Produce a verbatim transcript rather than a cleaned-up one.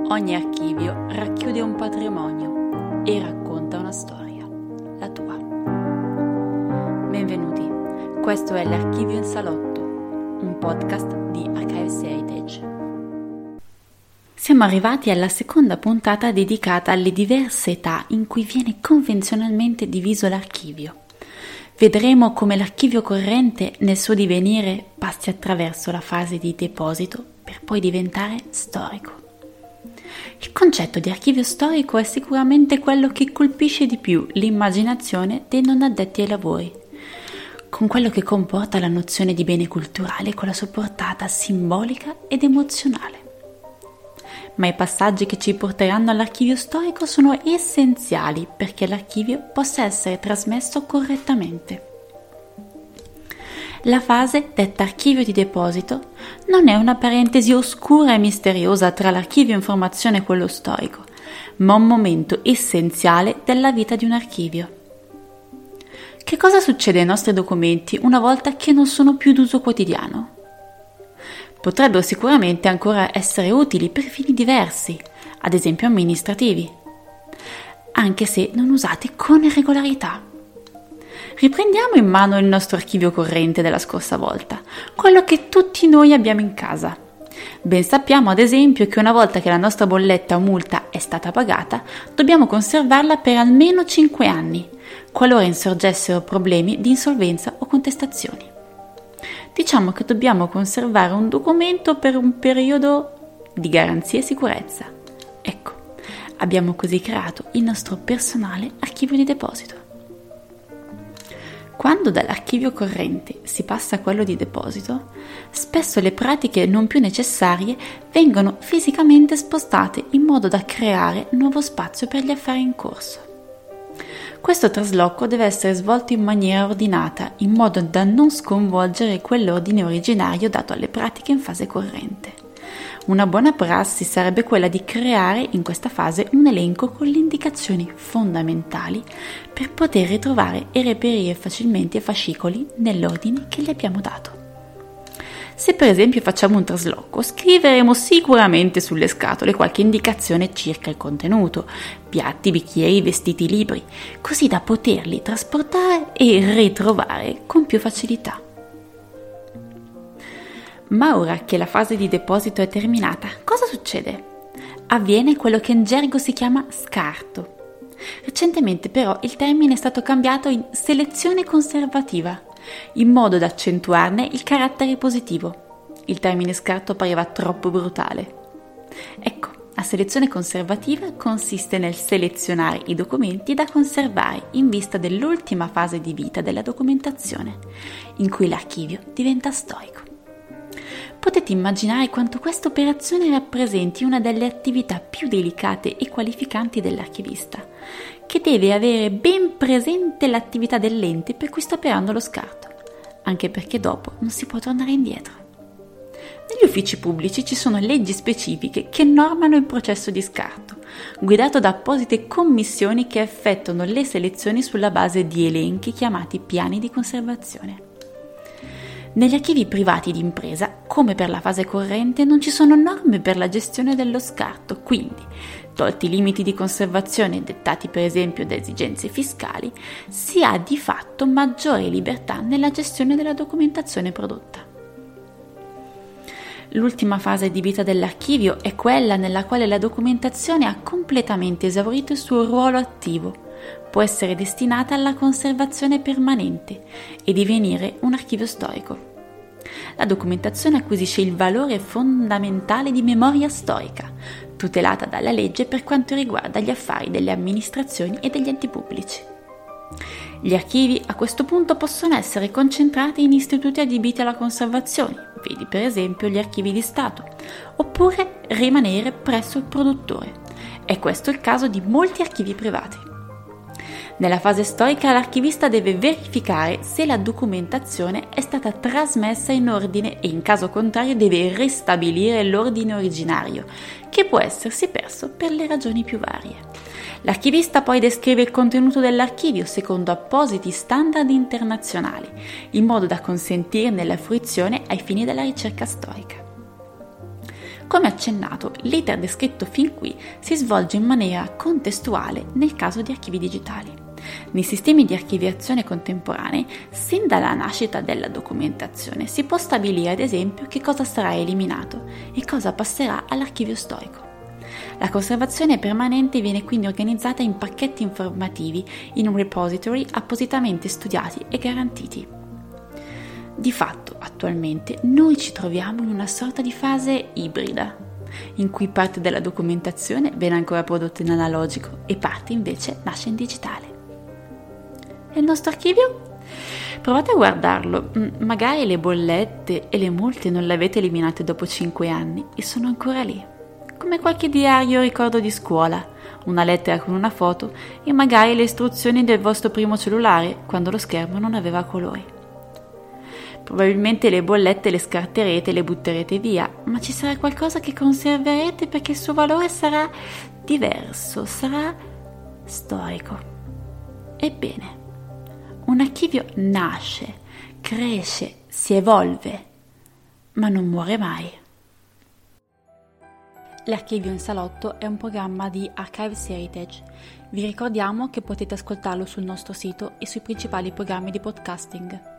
Ogni archivio racchiude un patrimonio e racconta una storia, la tua. Benvenuti, questo è l'Archivio in Salotto, un podcast di Archives Heritage. Siamo arrivati alla seconda puntata dedicata alle diverse età in cui viene convenzionalmente diviso l'archivio. Vedremo come l'archivio corrente nel suo divenire passi attraverso la fase di deposito per poi diventare storico. Il concetto di archivio storico è sicuramente quello che colpisce di più l'immaginazione dei non addetti ai lavori, con quello che comporta la nozione di bene culturale con la sua portata simbolica ed emozionale. Ma i passaggi che ci porteranno all'archivio storico sono essenziali perché l'archivio possa essere trasmesso correttamente. La fase detta archivio di deposito non è una parentesi oscura e misteriosa tra l'archivio informazione e quello storico, ma un momento essenziale della vita di un archivio. Che cosa succede ai nostri documenti una volta che non sono più d'uso quotidiano? Potrebbero sicuramente ancora essere utili per fini diversi, ad esempio amministrativi, anche se non usati con regolarità. Riprendiamo in mano il nostro archivio corrente della scorsa volta, quello che tutti noi abbiamo in casa. Ben sappiamo ad esempio che una volta che la nostra bolletta o multa è stata pagata, dobbiamo conservarla per almeno cinque anni, qualora insorgessero problemi di insolvenza o contestazioni. Diciamo che dobbiamo conservare un documento per un periodo di garanzia e sicurezza. Ecco, abbiamo così creato il nostro personale archivio di deposito. Quando dall'archivio corrente si passa a quello di deposito, spesso le pratiche non più necessarie vengono fisicamente spostate in modo da creare nuovo spazio per gli affari in corso. Questo trasloco deve essere svolto in maniera ordinata, in modo da non sconvolgere quell'ordine originario dato alle pratiche in fase corrente. Una buona prassi sarebbe quella di creare in questa fase un elenco con le indicazioni fondamentali per poter ritrovare e reperire facilmente i fascicoli nell'ordine che gli abbiamo dato. Se per esempio facciamo un trasloco, scriveremo sicuramente sulle scatole qualche indicazione circa il contenuto, piatti, bicchieri, vestiti, libri, così da poterli trasportare e ritrovare con più facilità. Ma ora che la fase di deposito è terminata, cosa succede? Avviene quello che in gergo si chiama scarto. Recentemente però il termine è stato cambiato in selezione conservativa, in modo da accentuarne il carattere positivo. Il termine scarto pareva troppo brutale. Ecco, la selezione conservativa consiste nel selezionare i documenti da conservare in vista dell'ultima fase di vita della documentazione, in cui l'archivio diventa storico. Potete immaginare quanto questa operazione rappresenti una delle attività più delicate e qualificanti dell'archivista, che deve avere ben presente l'attività dell'ente per cui sta operando lo scarto, anche perché dopo non si può tornare indietro. Negli uffici pubblici ci sono leggi specifiche che normano il processo di scarto, guidato da apposite commissioni che effettuano le selezioni sulla base di elenchi chiamati piani di conservazione. Negli archivi privati di impresa, come per la fase corrente, non ci sono norme per la gestione dello scarto, quindi, tolti i limiti di conservazione dettati per esempio da esigenze fiscali, si ha di fatto maggiore libertà nella gestione della documentazione prodotta. L'ultima fase di vita dell'archivio è quella nella quale la documentazione ha completamente esaurito il suo ruolo attivo, può essere destinata alla conservazione permanente e divenire un archivio storico. La documentazione acquisisce il valore fondamentale di memoria storica, tutelata dalla legge per quanto riguarda gli affari delle amministrazioni e degli enti pubblici. Gli archivi a questo punto possono essere concentrati in istituti adibiti alla conservazione, vedi per esempio gli archivi di Stato, oppure rimanere presso il produttore. È questo il caso di molti archivi privati. Nella fase storica l'archivista deve verificare se la documentazione è stata trasmessa in ordine e in caso contrario deve ristabilire l'ordine originario, che può essersi perso per le ragioni più varie. L'archivista poi descrive il contenuto dell'archivio secondo appositi standard internazionali, in modo da consentirne la fruizione ai fini della ricerca storica. Come accennato, l'iter descritto fin qui si svolge in maniera contestuale nel caso di archivi digitali. Nei sistemi di archiviazione contemporanei, sin dalla nascita della documentazione, si può stabilire ad esempio che cosa sarà eliminato e cosa passerà all'archivio storico. La conservazione permanente viene quindi organizzata in pacchetti informativi in un repository appositamente studiati e garantiti. Di fatto, attualmente, noi ci troviamo in una sorta di fase ibrida, in cui parte della documentazione viene ancora prodotta in analogico e parte invece nasce in digitale. E il nostro archivio? Provate a guardarlo, magari le bollette e le multe non le avete eliminate dopo cinque anni e sono ancora lì, come qualche diario o ricordo di scuola, una lettera con una foto e magari le istruzioni del vostro primo cellulare quando lo schermo non aveva colori. Probabilmente le bollette le scarterete e le butterete via, ma ci sarà qualcosa che conserverete perché il suo valore sarà diverso, sarà storico. Ebbene, un archivio nasce, cresce, si evolve, ma non muore mai. L'Archivio in Salotto è un programma di Archives Heritage. Vi ricordiamo che potete ascoltarlo sul nostro sito e sui principali programmi di podcasting.